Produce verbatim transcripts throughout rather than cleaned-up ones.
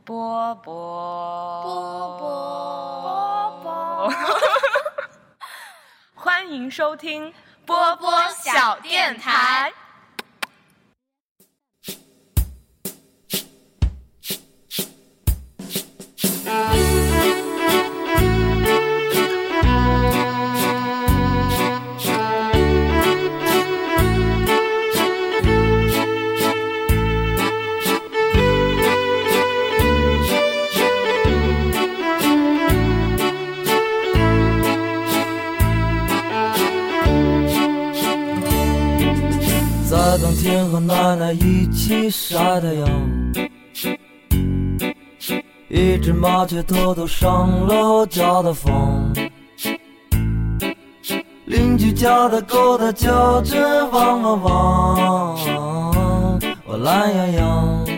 波波波波波，欢迎收听波波小电台。 在冬天和奶奶一起晒太阳，一只麻雀偷偷上了我家的房，邻居家的狗它叫着汪汪汪，我懒洋洋。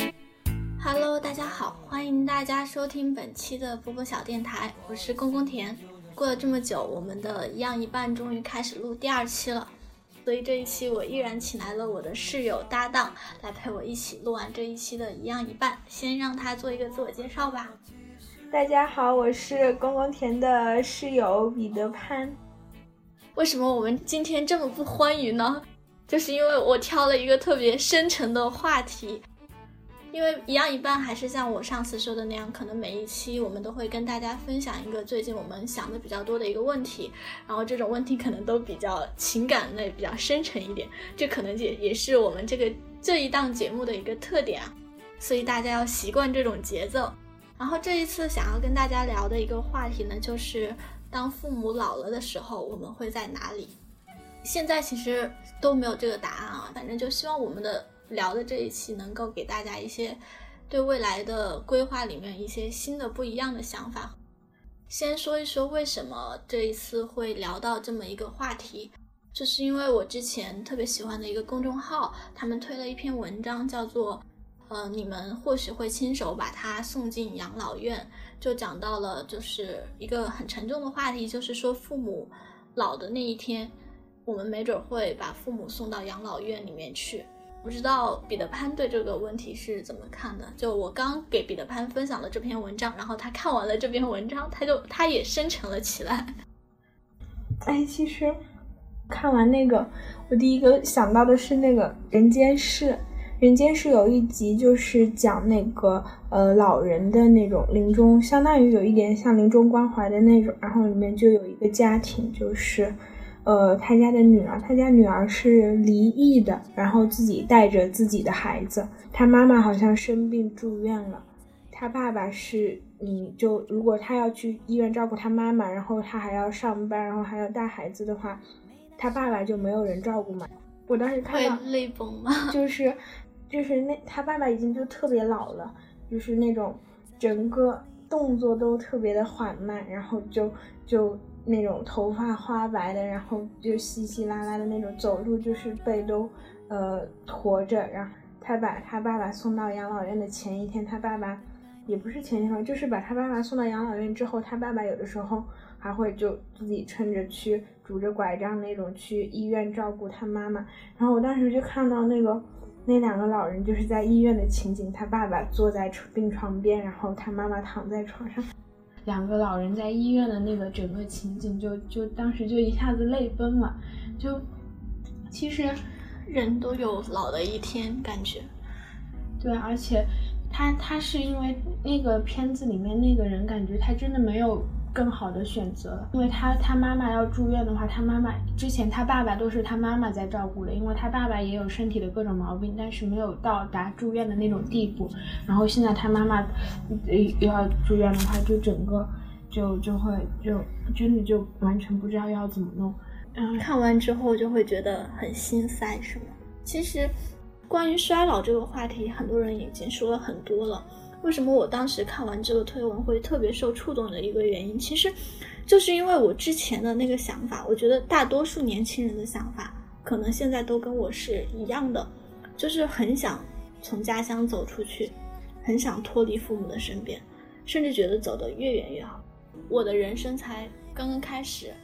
Hello， 大家好，欢迎大家收听本期的波波小电台，我是公公田。过了这么久，我们的一样一半终于开始录第二期了，所以这一期我依然请来了我的室友搭档来陪我一起录完这一期的一样一半。先让他做一个自我介绍吧。 大家好，我是公公田的室友彼得潘。 为什么我们今天这么不欢愉呢？就是因为我挑了一个特别深沉的话题。因为一样一半还是像我上次说的那样，可能每一期我们都会跟大家分享一个最近我们想的比较多的一个问题，然后这种问题可能都比较情感类，比较深沉一点，这可能也也是我们这个这一档节目的一个特点啊，所以大家要习惯这种节奏。然后这一次想要跟大家聊的一个话题呢，就是当父母老了的时候我们会在哪里。现在其实都没有这个答案啊，反正就希望我们的聊的这一期能够给大家一些对未来的规划里面一些新的不一样的想法。先说一说为什么这一次会聊到这么一个话题，就是因为我之前特别喜欢的一个公众号，他们推了一篇文章叫做呃，你们或许会亲手把他送进养老院，就讲到了就是一个很沉重的话题，就是说父母老的那一天，我们没准会把父母送到养老院里面去。不知道彼得潘对这个问题是怎么看的？就我刚给彼得潘分享了这篇文章，然后他看完了这篇文章，他就他也深沉了起来。 哎，其实看完那个，我第一个想到的是那个《人间世》。《人间世》有一集就是讲那个呃老人的那种临终，相当于有一点像临终关怀的那种，然后里面就有一个家庭，就是呃，他家的女儿，他家女儿是离异的，然后自己带着自己的孩子，他妈妈好像生病住院了，他爸爸是，你就如果他要去医院照顾他妈妈，然后他还要上班，然后还要带孩子的话，他爸爸就没有人照顾嘛。我当时看到会泪崩吗？ 就是就是那他爸爸已经就特别老了，就是那种整个动作都特别的缓慢，然后就就那种头发花白的，然后就稀稀拉拉的那种，走路就是背都呃驼着。然后他把他爸爸送到养老院的前一天，他爸爸也不是前一天，就是把他爸爸送到养老院之后，他爸爸有的时候还会就自己撑着去拄着拐杖那种去医院照顾他妈妈。然后我当时就看到那个那两个老人就是在医院的情景，他爸爸坐在病床边，然后他妈妈躺在床上，两个老人在医院的那个整个情景就就当时就一下子泪崩了。就其实人都有老的一天感觉。 对，而且他他是因为那个片子里面那个人感觉他真的没有更好的选择，因为他他妈妈要住院的话，他妈妈之前他爸爸都是他妈妈在照顾的，因为他爸爸也有身体的各种毛病，但是没有到达住院的那种地步。然后现在他妈妈要住院的话，就整个就就会就真的就完全不知道要怎么弄。 嗯，看完之后就会觉得很心塞，是吗？其实关于衰老这个话题，很多人已经说了很多了。为什么我当时看完这个推文会特别受触动的一个原因，其实就是因为我之前的那个想法，我觉得大多数年轻人的想法可能现在都跟我是一样的，就是很想从家乡走出去，很想脱离父母的身边，甚至觉得走得越远越好。我的人生才刚刚开始，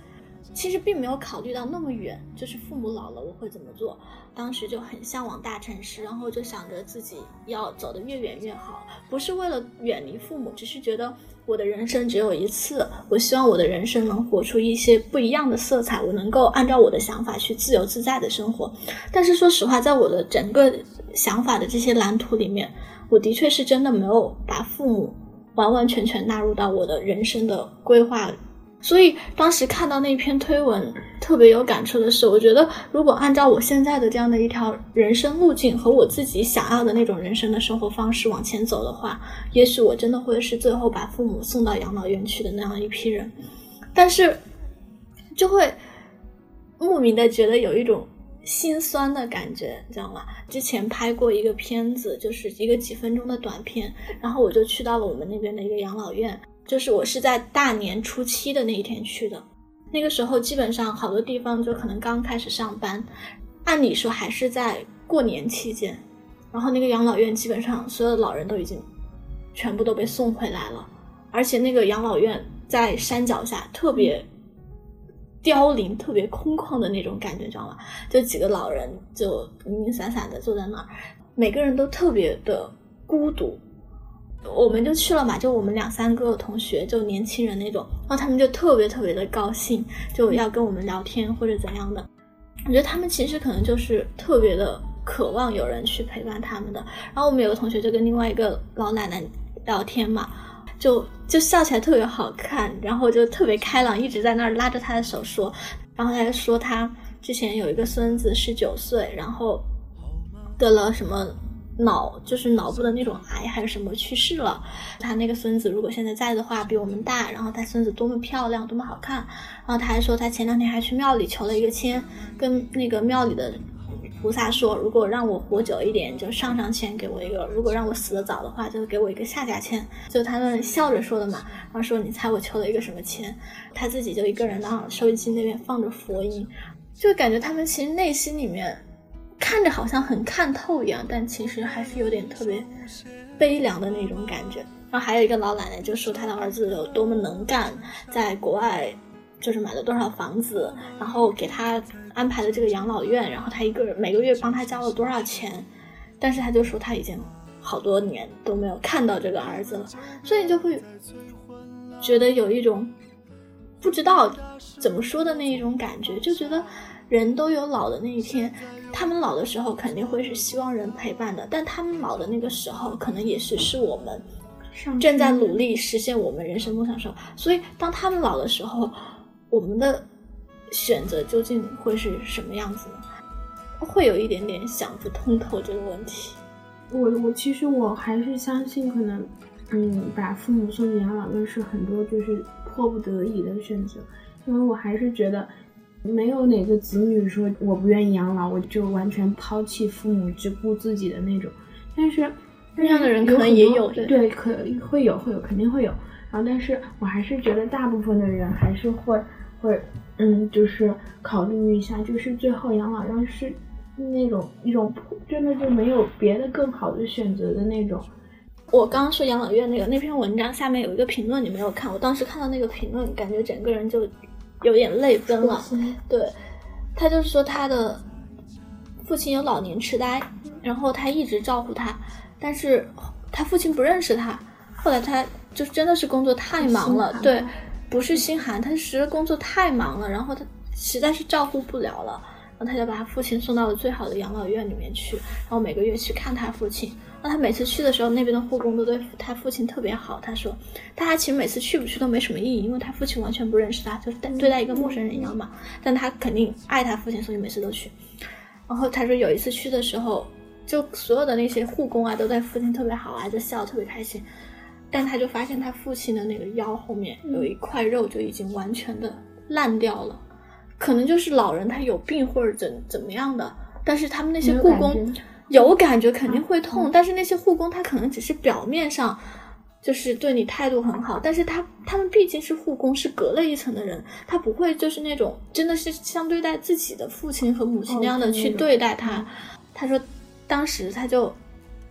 其实并没有考虑到那么远，就是父母老了我会怎么做。当时就很向往大城市，然后就想着自己要走得越远越好，不是为了远离父母，只是觉得我的人生只有一次，我希望我的人生能活出一些不一样的色彩，我能够按照我的想法去自由自在的生活。但是说实话，在我的整个想法的这些蓝图里面，我的确是真的没有把父母完完全全纳入到我的人生的规划。所以当时看到那篇推文特别有感触的是，我觉得如果按照我现在的这样的一条人生路径和我自己想要的那种人生的生活方式往前走的话，也许我真的会是最后把父母送到养老院去的那样一批人。但是就会莫名的觉得有一种心酸的感觉，你知道吗？之前拍过一个片子，就是一个几分钟的短片，然后我就去到了我们那边的一个养老院，就是我是在大年初七的那一天去的。那个时候基本上好多地方就可能刚开始上班，按理说还是在过年期间，然后那个养老院基本上所有的老人都已经全部都被送回来了，而且那个养老院在山脚下，特别凋零特别空旷的那种感觉，知道吗？就几个老人就零零散散的坐在那儿，每个人都特别的孤独。我们就去了嘛，就我们两三个同学，就年轻人那种，然后他们就特别特别的高兴，就要跟我们聊天或者怎样的。我觉得他们其实可能就是特别的渴望有人去陪伴他们的。然后我们有个同学就跟另外一个老奶奶聊天嘛，就就笑起来特别好看，然后就特别开朗，一直在那儿拉着他的手说，然后他就说他之前有一个孙子十九岁，然后得了什么脑就是脑部的那种癌还是什么去世了，他那个孙子如果现在在的话比我们大，然后他孙子多么漂亮多么好看。然后他还说他前两天还去庙里求了一个签，跟那个庙里的菩萨说，如果让我活久一点就上上签给我一个，如果让我死得早的话就给我一个下下签。就他们笑着说的嘛，然后说你猜我求了一个什么签，他自己就一个人到收音机那边放着佛音，就感觉他们其实内心里面看着好像很看透一样，但其实还是有点特别悲凉的那种感觉。然后还有一个老奶奶就说她的儿子有多么能干，在国外就是买了多少房子，然后给他安排了这个养老院，然后他一个人每个月帮他交了多少钱，但是他就说他已经好多年都没有看到这个儿子了。所以就会觉得有一种不知道怎么说的那一种感觉，就觉得人都有老的那一天，他们老的时候肯定会是希望人陪伴的，但他们老的那个时候可能也许是我们正在努力实现我们人生梦想的时候。所以当他们老的时候，我们的选择究竟会是什么样子呢？会有一点点想不通透这个问题。 我我其实我还是相信，可能嗯，把父母送进养老院是很多就是迫不得已的选择，因为我还是觉得没有哪个子女说我不愿意养老，我就完全抛弃父母只顾自己的那种。但是那样的人可能也有， 对对，可会有会有肯定会有。然后但是我还是觉得大部分的人还是会会嗯，就是考虑一下，就是最后养老院是那种一种真的就没有别的更好的选择的那种。 我刚刚说养老院那个那篇文章下面有一个评论你没有看，我当时看到那个评论感觉整个人就有点泪奔了。对，他就是说他的父亲有老年痴呆，然后他一直照顾他，但是他父亲不认识他，后来他就真的是工作太忙了，对，不是心寒，他实在工作太忙了，然后他实在是照顾不了了，然后他就把他父亲送到了最好的养老院里面去，然后每个月去看他父亲。那他每次去的时候，那边的护工都对他父亲特别好，他说但他其实每次去不去都没什么意义，因为他父亲完全不认识他，就是对待一个陌生人一样嘛，但他肯定爱他父亲，所以每次都去。然后他说有一次去的时候，就所有的那些护工啊都对父亲特别好啊，就笑特别开心，但他就发现他父亲的那个腰后面有一块肉就已经完全的烂掉了，可能就是老人他有病或者怎怎么样的，但是他们那些护工有感觉肯定会痛，但是那些护工他可能只是表面上就是对你态度很好，但是他他们毕竟是护工，是隔了一层的人，他不会就是那种真的是像对待自己的父亲和母亲那样的去对待他。他说当时他就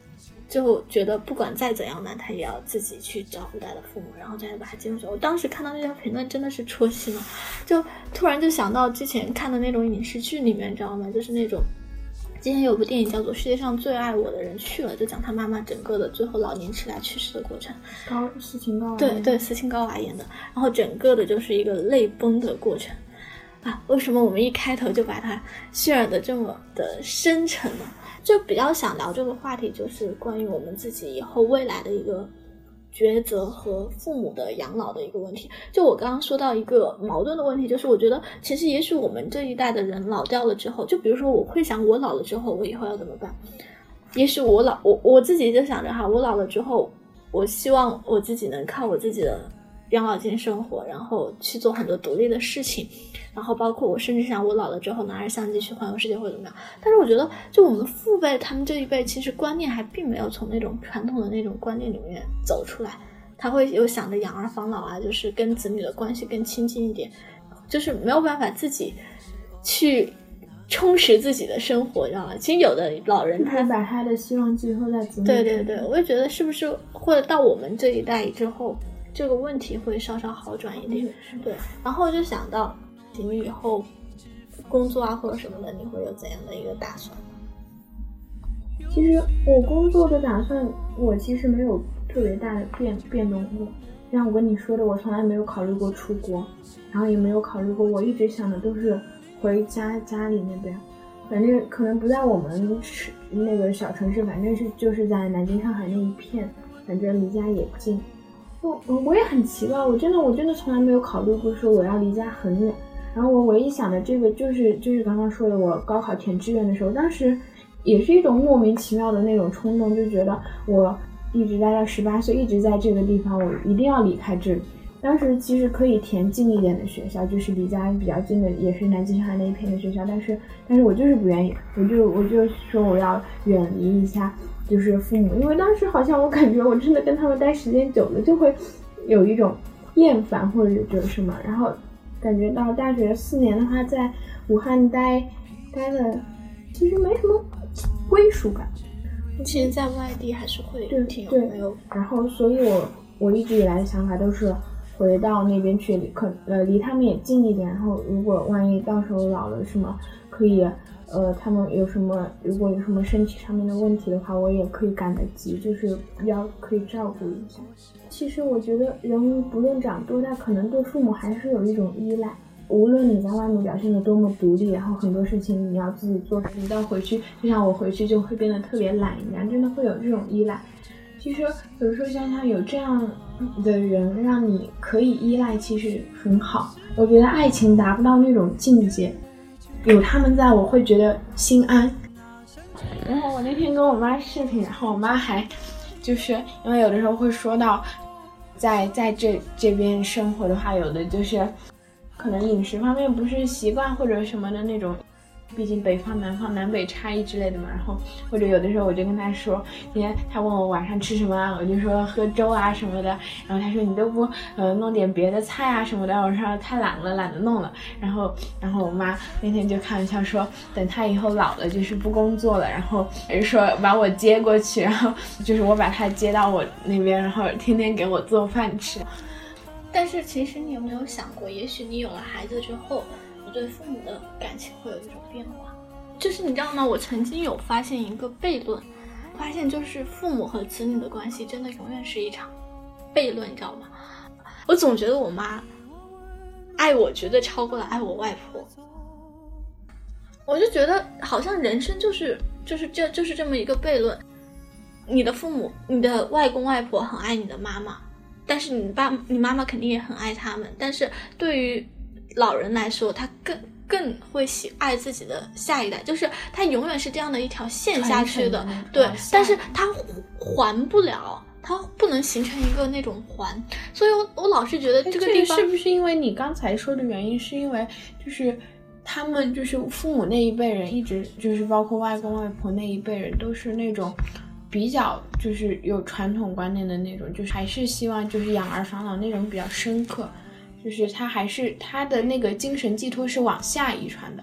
就觉得不管再怎样难，他也要自己去照顾他的父母，然后再把他接受。我当时看到那条评论真的是戳心了，就突然就想到之前看的那种影视剧里面，你知道吗？就是那种之前有部电影叫做《世界上最爱我的人去了》，就讲他妈妈整个的最后老年痴呆去世的过程。 高斯琴高娃对对，斯琴高娃演的，然后整个的就是一个泪崩的过程啊！为什么我们一开头就把它渲染的这么的深沉呢？就比较想聊这个话题，就是关于我们自己以后未来的一个抉择和父母的养老的一个问题。就我刚刚说到一个矛盾的问题，就是我觉得其实也许我们这一代的人老掉了之后，就比如说我会想我老了之后我以后要怎么办，也许我老我我自己就想着哈，我老了之后我希望我自己能靠我自己的养老金生活，然后去做很多独立的事情，然后包括我甚至想我老了之后拿着相机去环游世界或者怎么样。但是我觉得就我们父辈他们这一辈其实观念还并没有从那种传统的那种观念里面走出来，他会有想着养儿防老啊，就是跟子女的关系更亲近一点，就是没有办法自己去充实自己的生活，知道吗？其实有的老人他把他的希望寄托在子女。 对对对，我也觉得是不是或者到我们这一代之后这个问题会稍稍好转一点。 嗯、 对，然后就想到你以后工作啊或者什么的，你会有怎样的一个打算？ 其实我工作的打算，我其实没有特别大的变变动过。像我跟你说的，我从来没有考虑过出国，然后也没有考虑过，我一直想的都是回家家里那边，反正可能不在我们那个小城市，反正是就是在南京、上海那一片，反正离家也近。我我也很奇怪，我真的我真的从来没有考虑过说我要离家很远。然后我唯一想的这个就是就是刚刚说的，我高考填志愿的时候，当时也是一种莫名其妙的那种冲动，就觉得我一直待到十八岁，一直在这个地方，我一定要离开这里。当时其实可以填近一点的学校，就是离家比较近的，也是南京、上海那一片的学校，但是但是我就是不愿意，我就我就说我要远离一下就是父母，因为当时好像我感觉我真的跟他们待时间久了，就会有一种厌烦或者就是什么，然后感觉到大学四年的话，在武汉待待了，其实没什么归属感。 其实在外地还是会挺有没有， 然后所以我我一直以来的想法都是回到那边去，可呃离他们也近一点，然后如果万一到时候老了什么可以呃他们有什么如果有什么身体上面的问题的话，我也可以赶得及，就是要可以照顾一下。其实我觉得人不论长多大，可能对父母还是有一种依赖，无论你在外面表现得多么独立，然后很多事情你要自己做，你到回去就像我回去就会变得特别懒一样，真的会有这种依赖。其实有时候想想有这样的人让你可以依赖，其实很好。我觉得爱情达不到那种境界，有他们在我会觉得心安。然后我那天跟我妈视频，然后我妈还就是因为有的时候会说到在在这这边生活的话，有的就是可能饮食方面不是习惯或者什么的那种，毕竟北方南方南北差异之类的嘛，然后或者有的时候我就跟他说，今天他问我晚上吃什么啊，我就说喝粥啊什么的，然后他说你都不呃弄点别的菜啊什么的，我说太懒了懒得弄了，然后然后我妈那天就开玩笑说等他以后老了就是不工作了，然后说把我接过去，然后就是我把他接到我那边，然后天天给我做饭吃。 但是其实你有没有想过，也许你有了孩子之后，你对父母的感情会有一种变化？就是你知道吗？我曾经有发现一个悖论，发现就是父母和子女的关系真的永远是一场悖论，你知道吗？我总觉得我妈爱我绝对超过了爱我外婆，我就觉得好像人生就是就是这就是这么一个悖论。你的父母，你的外公外婆很爱你的妈妈，但是你爸你妈妈肯定也很爱他们，但是对于老人来说，他更更会喜爱自己的下一代，就是他永远是这样的一条线下去的，对，但是他还不了，他不能形成一个那种环，所以我我老是觉得这个地方是不是因为你刚才说的原因，是因为就是他们就是父母那一辈人一直就是包括外公外婆那一辈人都是那种比较就是有传统观念的那种，就是还是希望就是养儿防老那种比较深刻，就是他还是他的那个精神寄托是往下遗传的。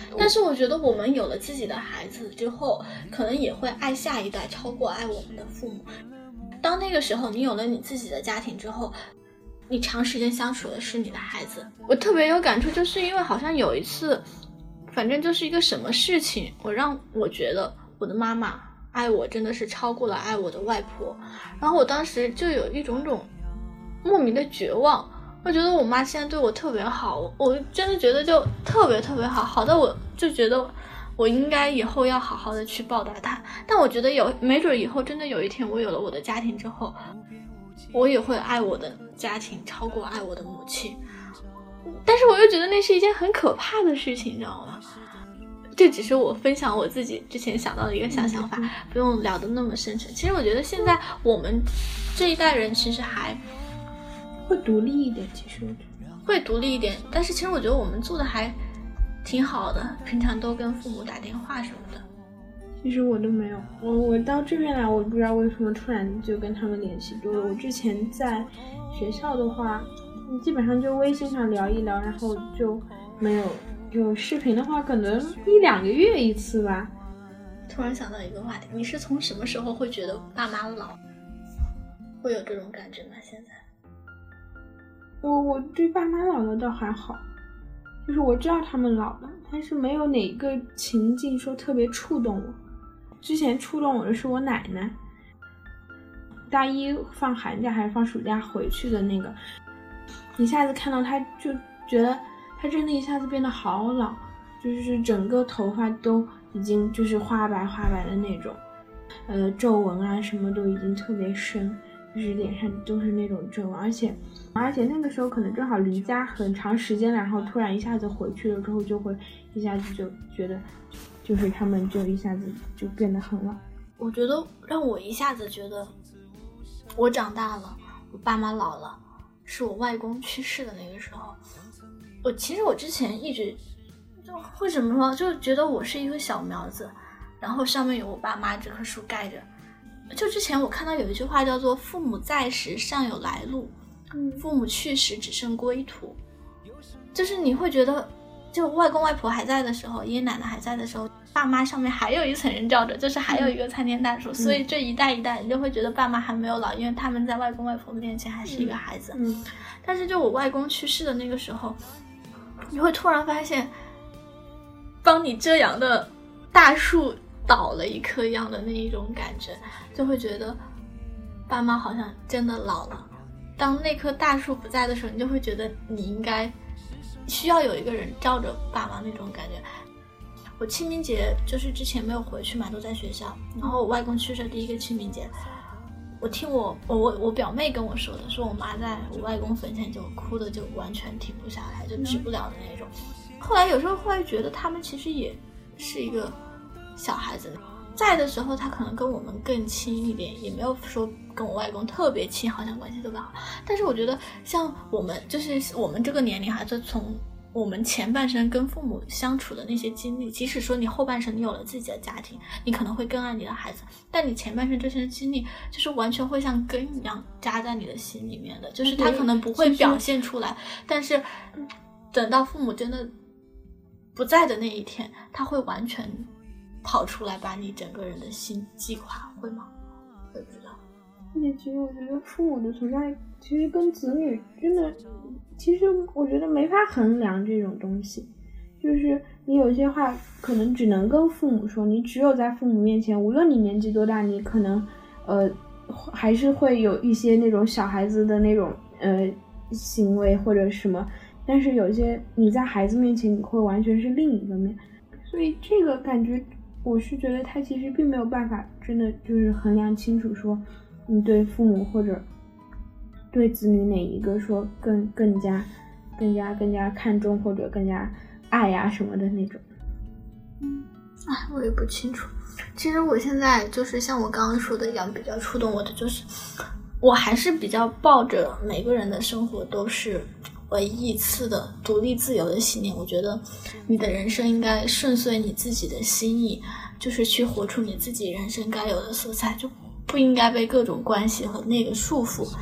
但是我觉得我们有了自己的孩子之后，可能也会爱下一代超过爱我们的父母。当那个时候你有了你自己的家庭之后，你长时间相处的是你的孩子。我特别有感触，就是因为好像有一次，反正就是一个什么事情，我让我觉得我的妈妈爱我真的是超过了爱我的外婆，然后我当时就有一种种莫名的绝望。我觉得我妈现在对我特别好，我真的觉得就特别特别好，好的我就觉得我应该以后要好好的去报答她。但我觉得有没准以后真的有一天我有了我的家庭之后，我也会爱我的家庭超过爱我的母亲。但是我又觉得那是一件很可怕的事情，你知道吗？这只是我分享我自己之前想到的一个小想法，不用聊得那么深沉。其实我觉得现在我们这一代人其实还会独立一点，其实我觉得会独立一点，但是其实我觉得我们做的还挺好的，平常都跟父母打电话什么的。 其实我都没有，我我到这边来，我不知道为什么突然就跟他们联系多了。我之前在学校的话，基本上就微信上聊一聊，然后就没有，就视频的话可能一两个月一次吧。 突然想到一个话题，你是从什么时候会觉得爸妈老？会有这种感觉吗？现在？ 我我对爸妈老了倒还好，就是我知道他们老了，但是没有哪个情境说特别触动我。之前触动我的是我奶奶，大一放寒假还是放暑假回去的那个，一下子看到她就觉得她真的一下子变得好老，就是整个头发都已经就是花白花白的那种，呃，皱纹啊什么都已经特别深，就是脸上都是那种皱纹，而且而且那个时候可能正好离家很长时间了，然后突然一下子回去了之后，就会一下子就觉得就是他们就一下子就变得很老。 我觉得让我一下子觉得我长大了，我爸妈老了，是我外公去世的那个时候。我其实我之前一直就为什么说就觉得我是一个小苗子，然后上面有我爸妈这棵树盖着。就之前我看到有一句话叫做父母在时尚有来路，父母去时只剩归途。就是你会觉得就外公外婆还在的时候，爷爷奶奶还在的时候，爸妈上面还有一层人罩着，就是还有一个参天大树、嗯、所以这一代一代你就会觉得爸妈还没有老，因为他们在外公外婆面前还是一个孩子、 嗯嗯、 但是就我外公去世的那个时候，你会突然发现帮你遮阳的大树倒了一棵一样的那一种感觉，就会觉得爸妈好像真的老了。当那棵大树不在的时候，你就会觉得你应该需要有一个人罩着爸妈那种感觉。我清明节就是之前没有回去嘛，都在学校，然后我外公去世第一个清明节，我听我我我表妹跟我说的，说我妈在我外公坟前就哭的就完全停不下来，就止不了的那种。后来有时候会觉得他们其实也是一个小孩子，在的时候他可能跟我们更亲一点，也没有说跟我外公特别亲，好像关系特别好。但是我觉得像我们就是我们这个年龄，还是从我们前半生跟父母相处的那些经历，即使说你后半生你有了自己的家庭，你可能会更爱你的孩子，但你前半生这些经历就是完全会像根一样扎在你的心里面的，就是他可能不会表现出来，但是等到父母真的不在的那一天，他会完全跑出来把你整个人的心击垮，会吗？我也不知道。 而且其实我觉得父母的存在其实跟子女真的，其实我觉得没法衡量这种东西，就是你有些话可能只能跟父母说，你只有在父母面前，无论你年纪多大，你可能呃还是会有一些那种小孩子的那种呃行为或者什么，但是有些你在孩子面前你会完全是另一个面，所以这个感觉我是觉得他其实并没有办法真的就是衡量清楚说你对父母或者对子女哪一个说更更加更加更加看重或者更加爱呀、啊、什么的那种。 嗯，哎，我也不清楚。其实我现在就是像我刚刚说的一样，比较触动我的就是我还是比较抱着每个人的生活都是唯一一次的独立自由的信念。我觉得你的人生应该顺遂你自己的心意，就是去活出你自己人生该有的色彩，就不应该被各种关系和那个束缚。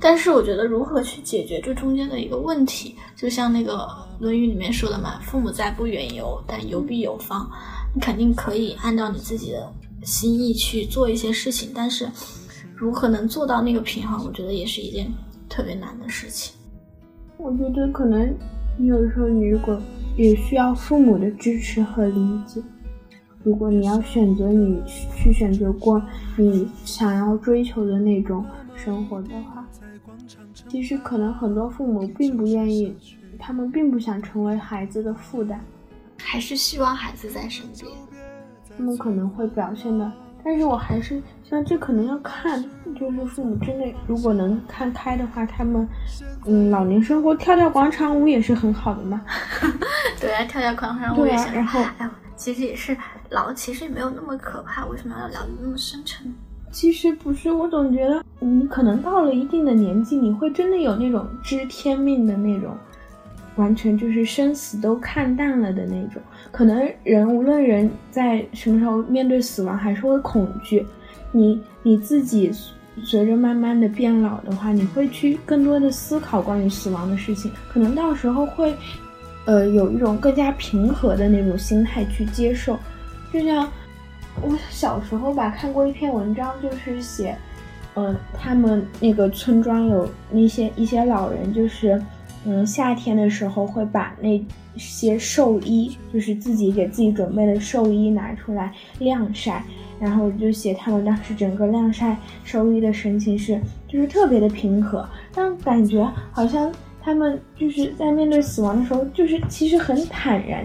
但是我觉得如何去解决这中间的一个问题，就像那个《论语》里面说的嘛，父母在，不远游，但游必有方。你肯定可以按照你自己的心意去做一些事情，但是如何能做到那个平衡，我觉得也是一件特别难的事情。 我觉得可能你有时候你如果也需要父母的支持和理解，如果你要选择你去选择过你想要追求的那种生活的话，其实可能很多父母并不愿意，他们并不想成为孩子的负担， 还是希望孩子在身边， 他们可能会表现的，但是我还是像这可能要看，就是父母真的如果能看开的话，他们嗯老年生活跳跳广场舞也是很好的嘛。 对啊，跳跳广场舞也是、 啊、然后哎，其实也是老其实也没有那么可怕，为什么要聊得那么深沉？ 其实不是，我总觉得你可能到了一定的年纪，你会真的有那种知天命的那种，完全就是生死都看淡了的那种。可能人无论人在什么时候面对死亡还是会恐惧，你你自己随着慢慢的变老的话，你会去更多的思考关于死亡的事情，可能到时候会呃有一种更加平和的那种心态去接受。就像我小时候吧看过一篇文章，就是写呃他们那个村庄有那些一些老人，就是嗯夏天的时候会把那些寿衣，就是自己给自己准备的寿衣拿出来晾晒，然后就写他们当时整个晾晒寿衣的神情是就是特别的平和，让感觉好像他们就是在面对死亡的时候就是其实很坦然。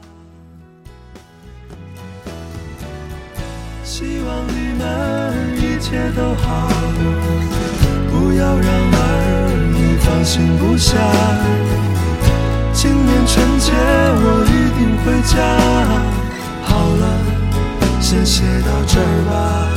希望你们一切都好，不要让儿女放心不下，今年春节我一定回家。好了，先写到这儿吧。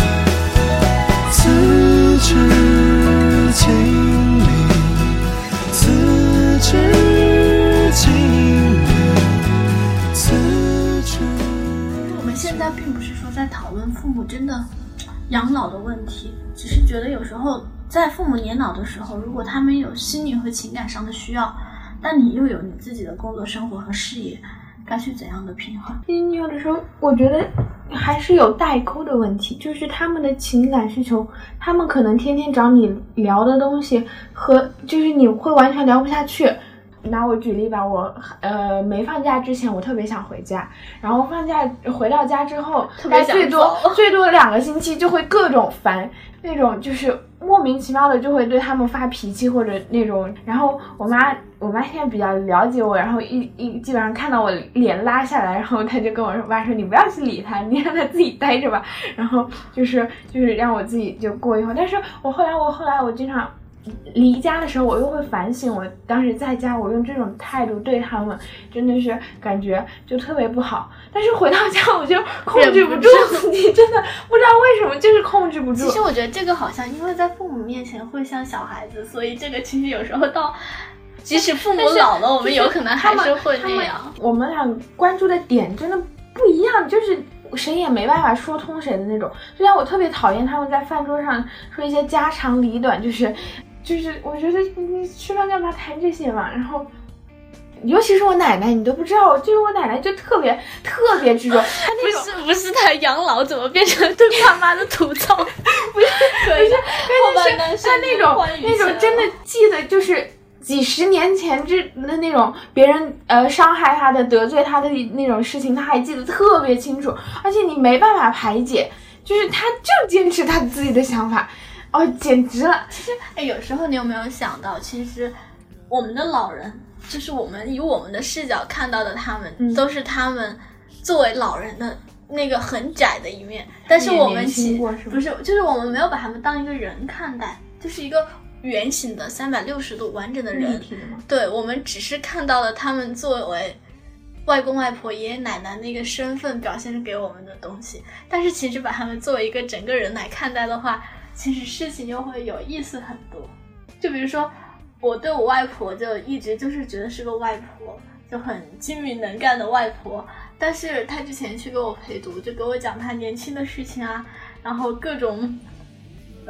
此致敬礼，此致敬礼，此致。 我们现在并不是说在讨论父母真的养老的问题，只是觉得有时候在父母年老的时候，如果他们有心理和情感上的需要，但你又有你自己的工作生活和事业，该去怎样的平衡？ 你有的时候我觉得还是有代沟的问题，就是他们的情感需求，他们可能天天找你聊的东西和就是你会完全聊不下去。拿我举例吧，我呃没放假之前我特别想回家，然后放假回到家之后，但最多最多两个星期就会各种烦，那种就是莫名其妙的就会对他们发脾气或者那种，然后我妈我妈现在比较了解我，然后一一基本上看到我脸拉下来，然后她就跟我说，妈说你不要去理他，你让他自己待着吧，然后就是就是让我自己就过一会儿。但是我后来我后来我经常离家的时候，我又会反省，我当时在家我用这种态度对他们，真的是感觉就特别不好。但是回到家我就控制不住自己，真的不知道为什么就是控制不住。 其实我觉得这个好像因为在父母面前会像小孩子，所以这个其实有时候到即使父母老了，我们有可能还是会那样。 我们俩关注的点真的不一样，就是谁也没办法说通谁的那种。就像我特别讨厌他们在饭桌上说一些家长里短，就是就是我觉得你吃饭干嘛谈这些嘛。然后尤其是我奶奶，你都不知道，就是我奶奶就特别特别执着。 不是不是她养老怎么变成对爸妈的吐槽？不是可以的，关键是她那种那种真的记得就是几十年前之的那种别人呃伤害他的得罪他的那种事情，他还记得特别清楚，而且你没办法排解，就是他就坚持他自己的想法，哦，简直了。 其实哎，有时候你有没有想到，其实我们的老人，就是我们以我们的视角看到的他们，嗯、都是他们作为老人的那个很窄的一面，但是我们其不是，就是我们没有把他们当一个人看待，就是一个圆形的三百六十度完整的人，对，我们只是看到了他们作为外公外婆爷爷奶奶那个身份表现给我们的东西，但是其实把他们作为一个整个人来看待的话，其实事情又会有意思很多。就比如说我对我外婆就一直就是觉得是个外婆，就很精明能干的外婆，但是她之前去给我陪读，就给我讲她年轻的事情啊，然后各种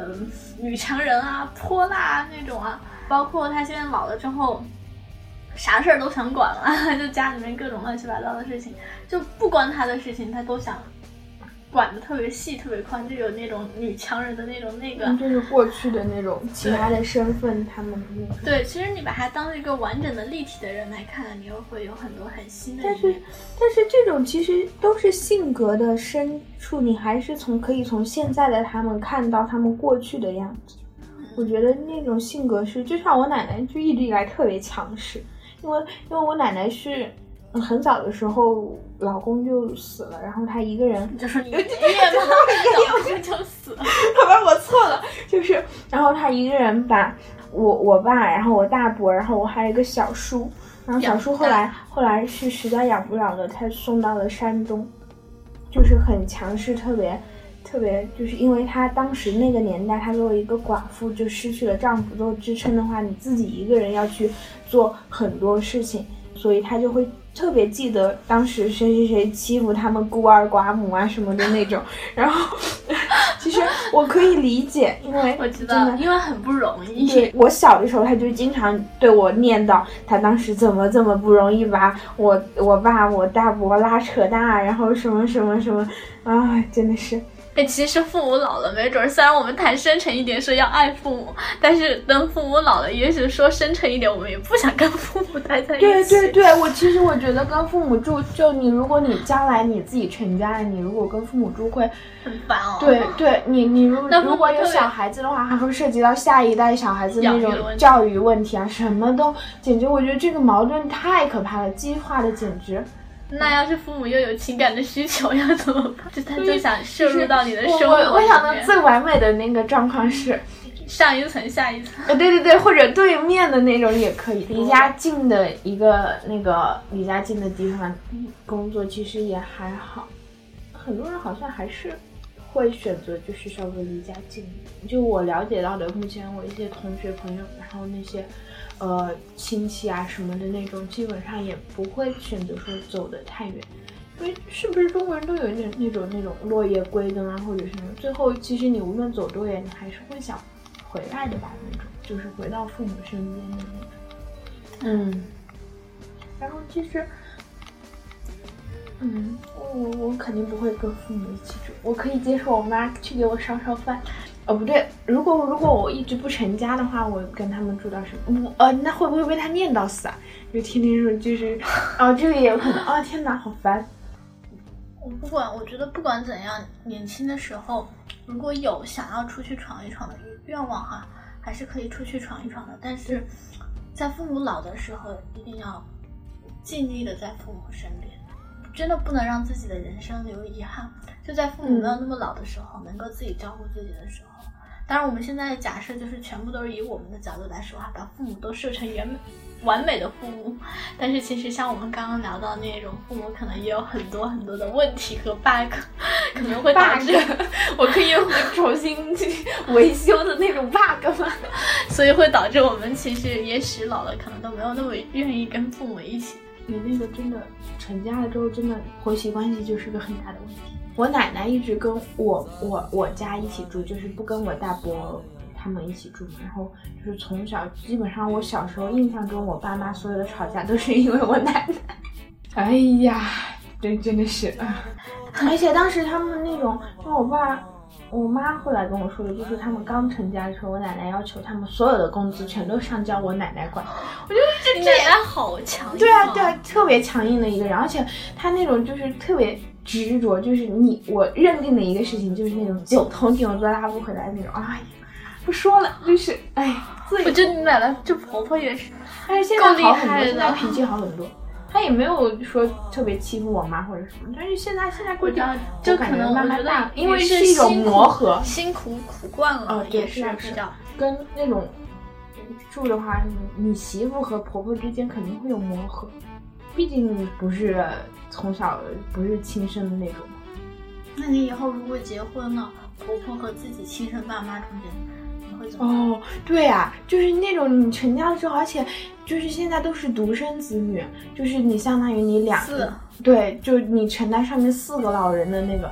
嗯女强人啊、泼辣啊那种啊，包括他现在老了之后。啥事儿都想管了，就家里面各种乱七八糟的事情，就不关他的事情，他都想管的特别细、特别宽，就有那种女强人的那种那个。 嗯，就是过去的那种其他的身份，他们对，其实你把它当一个完整的立体的人来看，你又会有很多很新的。 但是，但是这种其实都是性格的深处，你还是从可以从现在的他们看到他们过去的样子。嗯、我觉得那种性格是，就像我奶奶就一直以来特别强势。因为因为我奶奶是很早的时候老公就死了，然后她一个人， 就是你爷爷吗？老公就死了， 好吧，我错了，就是然后她一个人把我我爸，然后我大伯，然后我还有一个小叔，然后小叔后来后来是实在养不了了，他送到了山东，就是很强势，特别。特别就是因为她当时那个年代，她作为一个寡妇就失去了丈夫做支撑的话，你自己一个人要去做很多事情，所以她就会特别记得当时谁谁谁欺负他们孤儿寡母啊什么的那种。然后其实我可以理解，因为我知道，因为很不容易。 对，我小的时候，她就经常对我念叨，她当时怎么这么不容易把我我爸我大伯拉扯大，然后什么什么什么啊，真的是。 哎，其实父母老了，没准虽然我们谈深沉一点说要爱父母，但是等父母老了，也许说深沉一点，我们也不想跟父母待在一起。 对对对，我其实我觉得跟父母住，就你如果你将来你自己成家了，你如果跟父母住会很烦哦。 对对，你你如如果有小孩子的话，还会涉及到下一代小孩子那种教育问题啊，什么都简直，我觉得这个矛盾太可怕了，激化的简直。 那要是父母又有情感的需求要怎么办？就他就想摄入到你的生活里面。 我我想到最完美的那个状况是上一层下一层。 呃，对对对，或者对面的那种也可以。离家近的一个那个离家近的地方工作其实也还好，很多人好像还是会选择就是稍微离家近。就我了解到的，目前我一些同学朋友，然后那些。呃，亲戚啊什么的那种，基本上也不会选择说走得太远，因为是不是中国人都有一点那种那种落叶归根啊，或者什么，最后其实你无论走多远，你还是会想回来的吧，那种就是回到父母身边的那种。嗯，然后其实，嗯，我我肯定不会跟父母一起住，我可以接受我妈去给我烧烧饭。哦，不对，如果如果我一直不成家的话，我跟他们住到什么？我呃，那会不会被他念叨死啊？就天天说就是，哦，这个也有可能。哦，天哪，好烦！ 我不管，我觉得不管怎样，年轻的时候如果有想要出去闯一闯的愿望哈，还是可以出去闯一闯的。但是在父母老的时候，一定要尽力的在父母身边，真的不能让自己的人生留遗憾。就在父母没有那么老的时候，嗯、能够自己照顾自己的时候。当然我们现在的假设就是全部都是以我们的角度来说哈，把父母都设成原完美的父母，但是其实像我们刚刚聊到那种父母可能也有很多很多的问题和 bug， 可能会导致我可以用重新维修的那种 bug 吗？ 所以会导致我们其实也许老了可能都没有那么愿意跟父母一起。 你那个真的成家了之后，真的婆媳关系就是个很大的问题。我奶奶一直跟我我我家一起住，就是不跟我大伯他们一起住嘛。然后就是从小，基本上我小时候印象中，我爸妈所有的吵架都是因为我奶奶。哎呀，真真的是啊！而且当时他们那种，因为我爸我妈后来跟我说的，就是他们刚成家的时候，我奶奶要求他们所有的工资全都上交我奶奶管。我觉得这你奶奶好强硬。 对啊对啊，特别强硬的一个人，而且他那种就是特别执着，就是你我认定的一个事情，就是那种九头牛都拉不回来那种。哎呀，不说了，就是哎， 我觉得你奶奶这婆婆也是， 但是现在好很多，现在脾气好很多。他也没有说特别欺负我妈或者什么，但是现在现在规定就可能慢慢大，因为是一种磨合， 辛苦苦惯了， 哦，对， 也是比较跟那种住的话，你你媳妇和婆婆之间肯定会有磨合，毕竟不是从小不是亲生的那种。 那你以后如果结婚了，婆婆和自己亲生爸妈中间。 哦，对啊，就是那种你成家了之后，而且就是现在都是独生子女，就是你相当于你两个，对，就你承担上面四个老人的那个，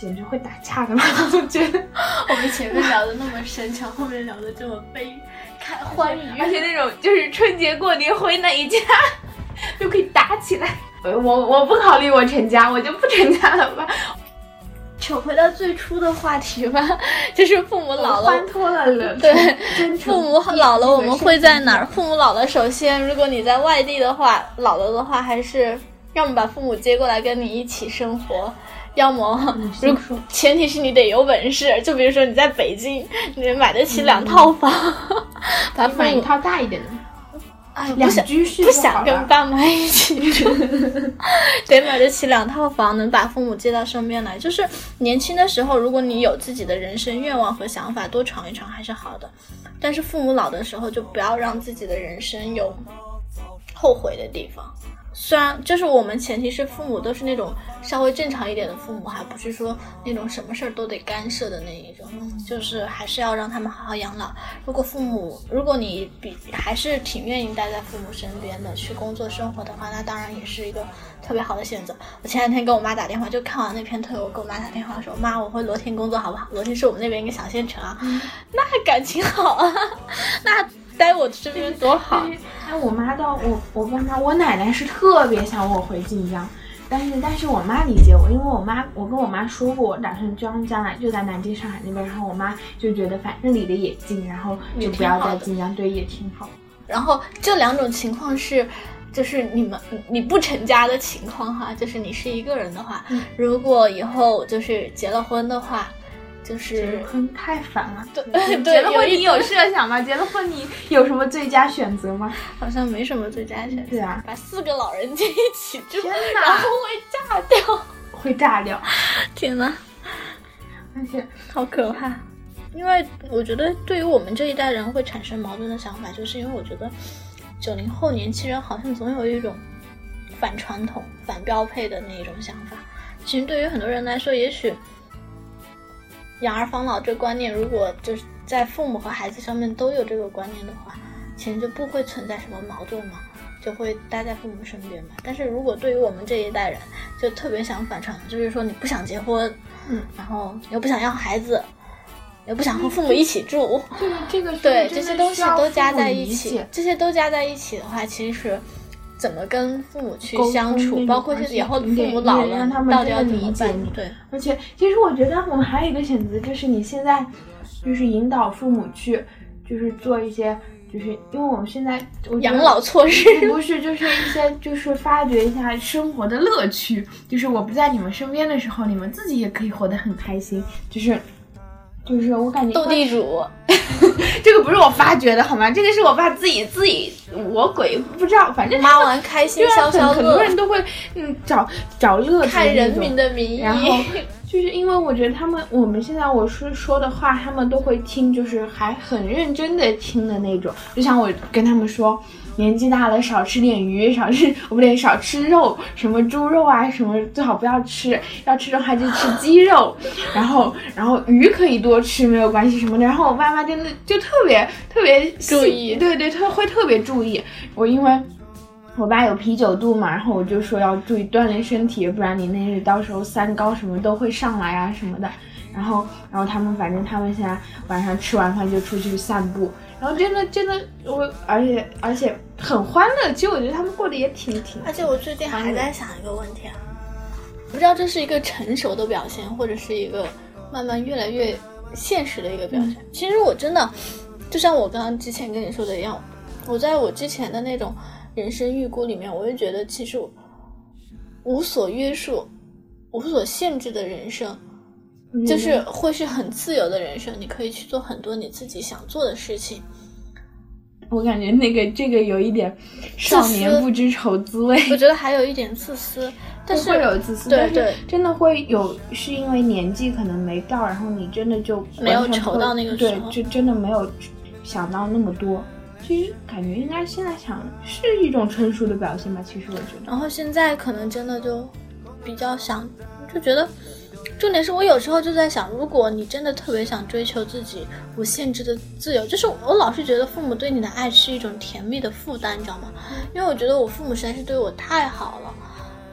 简直会打架的嘛！我觉得我们前面聊的那么深沉，后面聊的这么悲看欢愉， 而且那种就是春节过年回哪一家就可以打起来。我我不考虑我成家，我就不成家了吧。 扯回到最初的话题吧，就是父母老了， 欢脱了了。 对，父母老了我们会在哪儿？父母老了，首先如果你在外地的话，老了的话，还是要么把父母接过来跟你一起生活。要么，如果前提是你得有本事，就比如说你在北京，你得买得起两套房，嗯、把父母买一套大一点的， 哎， 两居室不想跟爸妈一起住，得买得起两套房，能把父母接到身边来。就是年轻的时候，如果你有自己的人生愿望和想法，多闯一闯还是好的。但是父母老的时候，就不要让自己的人生有后悔的地方。虽然就是我们前提是父母都是那种稍微正常一点的父母，还不是说那种什么事儿都得干涉的那一种，就是还是要让他们好好养老。如果父母，如果你比还是挺愿意待在父母身边的去工作生活的话，那当然也是一个特别好的选择。我前两天跟我妈打电话，就看完那篇推，我跟我妈打电话说，妈，我回罗田工作好不好？罗田是我们那边一个小县城啊，嗯、那感情好啊，那待我身边多好。 哎，我妈到我我爸妈，我奶奶是特别想我回晋江，但是但是我妈理解我，因为我妈我跟我妈说过，我打算将将来就在南京、上海那边，然后我妈就觉得反正离得也近，然后就不要在晋江，对，也挺好。 然后这两种情况是，就是你们你不成家的情况哈，就是你是一个人的话，嗯、如果以后就是结了婚的话。就是结了婚太烦了， 对对， 结了婚你有设想吗？结了婚你有什么最佳选择吗？ 好像没什么最佳选择。 对啊， 把四个老人接一起住， 天哪，然后会炸掉， 会炸掉。 天哪， 而且好可怕。因为我觉得对于我们这一代人会产生矛盾的想法，就是因为我觉得九零后年轻人好像总有一种反传统、反标配的那一种想法。其实对于很多人来说，也许养儿防老这观念，如果就是在父母和孩子上面都有这个观念的话，其实就不会存在什么矛盾嘛，就会待在父母身边嘛。但是如果对于我们这一代人，就特别想反传，就是说你不想结婚，嗯，然后又不想要孩子，又不想和父母一起住， 这个这个对这些东西都加在一起，这些都加在一起的话，其实怎么跟父母去相处，包括以后父母老了到底要怎么办？对， 而且其实我觉得我们还有一个选择，就是你现在就是引导父母去，就是做一些，就是因为我们现在养老措施， 不是就是一些就是发掘一下生活的乐趣，就是我不在你们身边的时候，你们自己也可以活得很开心，就是。就是我感觉斗地主这个不是我发掘的好吗？这个是我爸自己自己我鬼不知道，反正妈玩开心消消乐， 很多人都会嗯找找乐子， 看人民的名义， 然后就是因为我觉得他们我们现在我是说的话他们都会听，就是还很认真的听的那种，就像我跟他们说年纪大了少吃点鱼，少吃不对少吃肉，什么猪肉啊什么最好不要吃，要吃的话就吃鸡肉，然后然后鱼可以多吃没有关系什么的，然后我爸妈真的就特别特别注意， 对对他会特别注意我，因为我爸有啤酒肚嘛，然后我就说要注意锻炼身体，不然你那日到时候三高什么都会上来啊什么的，然后然后他们反正他们现在晚上吃完饭就出去散步，然后真的真的我而且而且很欢乐，其实我觉得他们过得也挺挺而且我最近还在想一个问题啊，不知道这是一个成熟的表现，或者是一个慢慢越来越现实的一个表现、嗯、其实我真的就像我刚刚之前跟你说的一样，我在我之前的那种人生预估里面，我就觉得其实无所约束无所限制的人生、嗯、就是会是很自由的人生，你可以去做很多你自己想做的事情。 我感觉那个这个有一点少年不知愁滋味， 我觉得还有一点自私，但是会有自私， 对对， 真的会有，是因为年纪可能没到，然后你真的就没有愁到那个时候， 对，就真的没有想到那么多。其实感觉应该现在想是一种成熟的表现吧，其实我觉得。 然后现在可能真的就比较想，就觉得重点是我有时候就在想，如果你真的特别想追求自己无限制的自由，就是我老是觉得父母对你的爱是一种甜蜜的负担，你知道吗？因为我觉得我父母实在是对我太好了，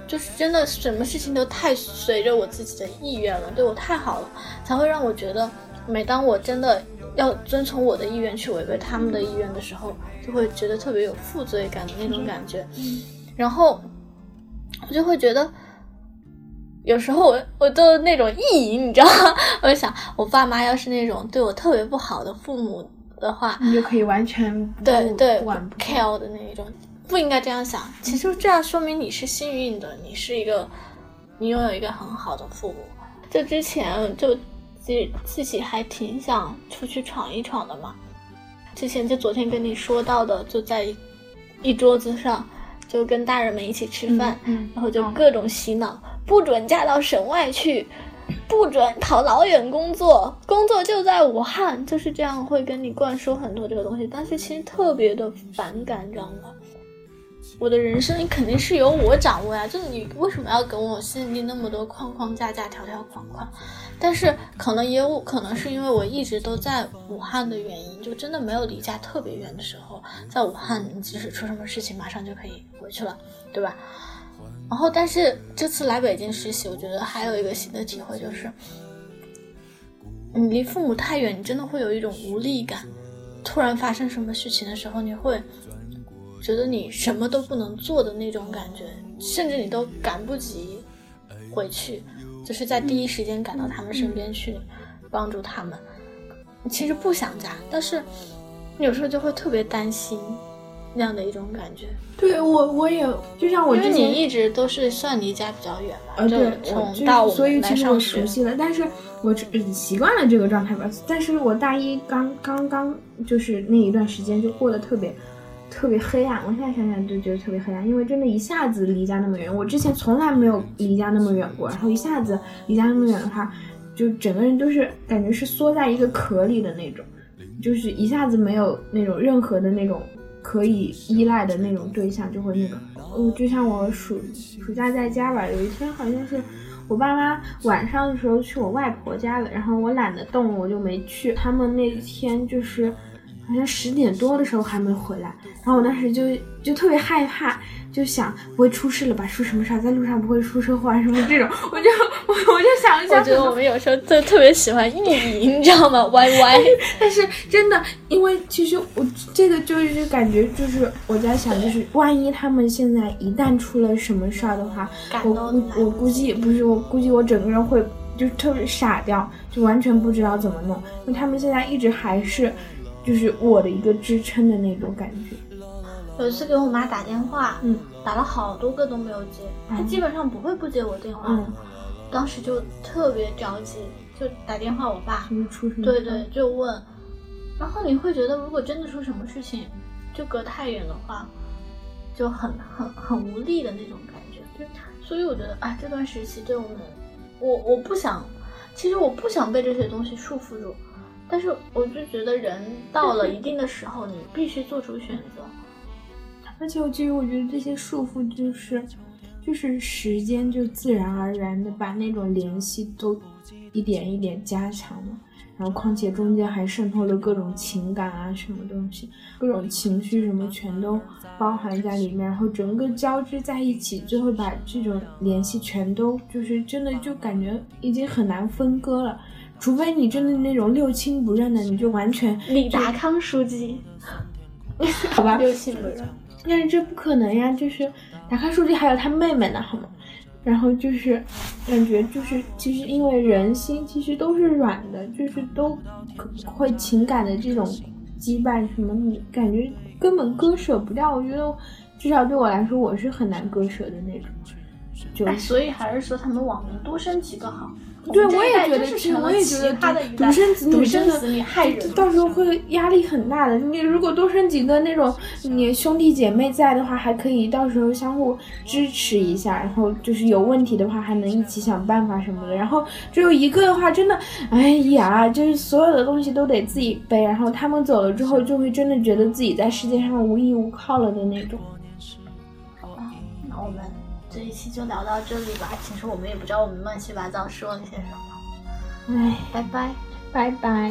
就是真的什么事情都太随着我自己的意愿了，对我太好了，才会让我觉得每当我真的要遵从我的意愿去违背他们的意愿的时候，就会觉得特别有负罪感的那种感觉。然后我就会觉得有时候我我都那种意淫，你知道吗？我就想我爸妈要是那种对我特别不好的父母的话， 你就可以完全不对对管不 care 的那一种，不应该这样想。其实这样说明你是幸运的，你是一个你拥有一个很好的父母。就之前就自己自己还挺想出去闯一闯的嘛。之前就昨天跟你说到的，就在一桌子上就跟大人们一起吃饭， 嗯嗯、 然后就各种洗脑、哦，不准嫁到省外去，不准跑老远工作，工作就在武汉，就是这样会跟你灌输很多这个东西。但是其实特别的反感，你知道吗？我的人生肯定是由我掌握呀，就你为什么要跟我限定那么多框框架架条条框框？但是可能也有可能是因为我一直都在武汉的原因，就真的没有离家特别远的时候，在武汉你即使出什么事情马上就可以回去了，对吧？然后但是这次来北京实习，我觉得还有一个新的体会，就是你离父母太远，你真的会有一种无力感。突然发生什么事情的时候，你会觉得你什么都不能做的那种感觉，甚至你都赶不及回去，就是在第一时间赶到他们身边去帮助他们。你其实不想家，但是你有时候就会特别担心那样的一种感觉。 对，我我也就像我之前， 因为你一直都是算离家比较远嘛， 呃，对， 从到我所以们来其实我上学熟悉了，但是我习惯了这个状态吧。但是我大一刚刚刚就是那一段时间就过得特别特别黑暗，我现在想想就觉得特别黑暗，因为真的一下子离家那么远，我之前从来没有离家那么远过，然后一下子离家那么远的话，就整个人都是感觉是缩在一个壳里的那种，就是一下子没有那种任何的那种可以依赖的那种对象，就会那个，嗯，就像我暑暑假在家吧，有一天好像是我爸妈晚上的时候去我外婆家了，然后我懒得动，我就没去。他们那天就是好像十点多的时候还没回来，然后我当时就就特别害怕，就想不会出事了吧？出什么事？在路上不会出车祸啊什么这种？我就我我就想一想， 我觉得我们有时候就特别喜欢意淫，你知道吗？歪歪。 但是真的，因为其实我这个就是感觉就是我在想，就是万一他们现在一旦出了什么事儿的话，我估我估计不是我估计我整个人会就特别傻掉，就完全不知道怎么弄，因为他们现在一直还是就是我的一个支撑的那种感觉。 有一次给我妈打电话， 嗯， 打了好多个都没有接，她、嗯、基本上不会不接我电话的、嗯。当时就特别着急，就打电话我爸， 出什么对对，就问。然后你会觉得，如果真的出什么事情，就隔太远的话，就很很很无力的那种感觉。对，所以我觉得啊，这段时期对我们，我我不想，其实我不想被这些东西束缚住。但是我就觉得人到了一定的时候，你必须做出选择。 而且我其实我觉得这些束缚就是就是时间就自然而然的把那种联系都一点一点加强了，然后况且中间还渗透了各种情感啊什么东西，各种情绪什么全都包含在里面，然后整个交织在一起，最后把这种联系全都就是真的就感觉已经很难分割了。除非你真的那种六亲不认的，你就完全李达康书记好吧， 六亲不认， 但是这不可能呀，就是达康书记还有他妹妹呢，好吗？然后就是感觉就是其实因为人心其实都是软的，就是都会情感的这种羁绊什么，你感觉根本割舍不掉。我觉得至少对我来说我是很难割舍的那种，就、 哎、所以还是说他们网民多生几个好。 对，我也觉得，其实我也觉得独生子女真的害人， 到时候会压力很大的。你如果多生几个那种你兄弟姐妹在的话，还可以到时候相互支持一下，然后就是有问题的话还能一起想办法什么的。然后只有一个的话，真的，哎呀，就是所有的东西都得自己背。然后他们走了之后，就会真的觉得自己在世界上无依无靠了的那种。 好吧，那我们这一期就聊到这里吧。其实我们也不知道我们乱七八糟说了些什么。 哎， 拜拜， 拜拜。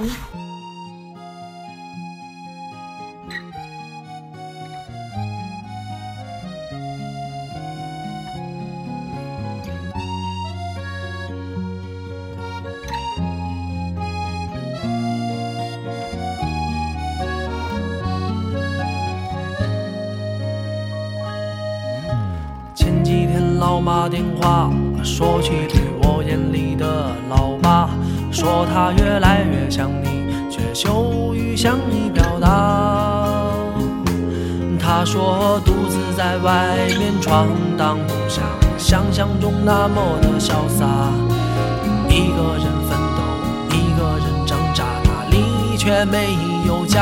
号码电话，说起对我眼里的老爸，说他越来越像你，却羞于向你表达。他说独自在外面闯荡，不像想象中那么的潇洒，一个人奋斗，一个人挣扎，哪里却没有家。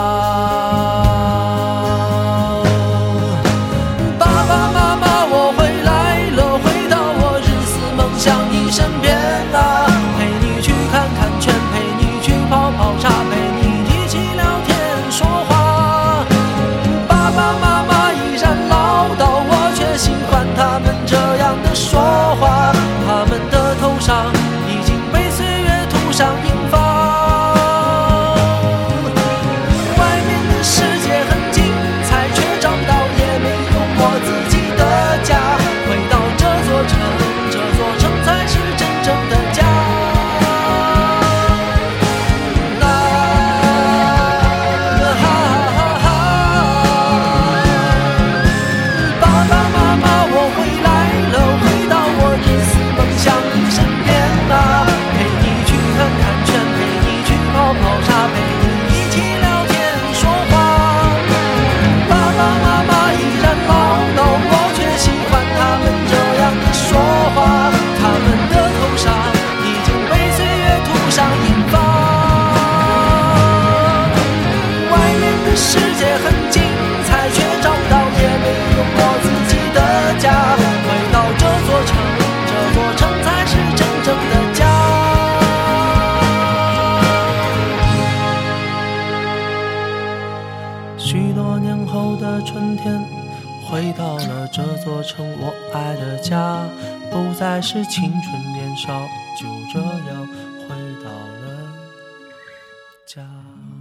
爸爸妈妈，我回来了，回到我日思梦想的身边啊，陪你去看看圈，陪你去泡泡茶，陪你一起聊天说话。爸爸妈妈依然唠叨，我却喜欢他们这样的说话，他们的头上已经被岁月涂上银发。外面的世界很精彩，却找不到也没有我自己的家。回到这座城，这座城才是真正的家。啊哈哈哈！爸爸妈妈，我回来了，回到我日思梦想的身边啊，陪你去看看圈，陪你去泡泡茶，陪你一起聊天说话。爸爸妈妈依然唠叨，我却喜欢他们这样的说话，他们的头上已经被岁月涂上银发。外面的世界很精彩，却找不到也没有我自己的家。回到这座城，这座城才是真正的家。许多年后的春天，回到了这座城，我爱的家，不再是青春年少，就这样回到了家。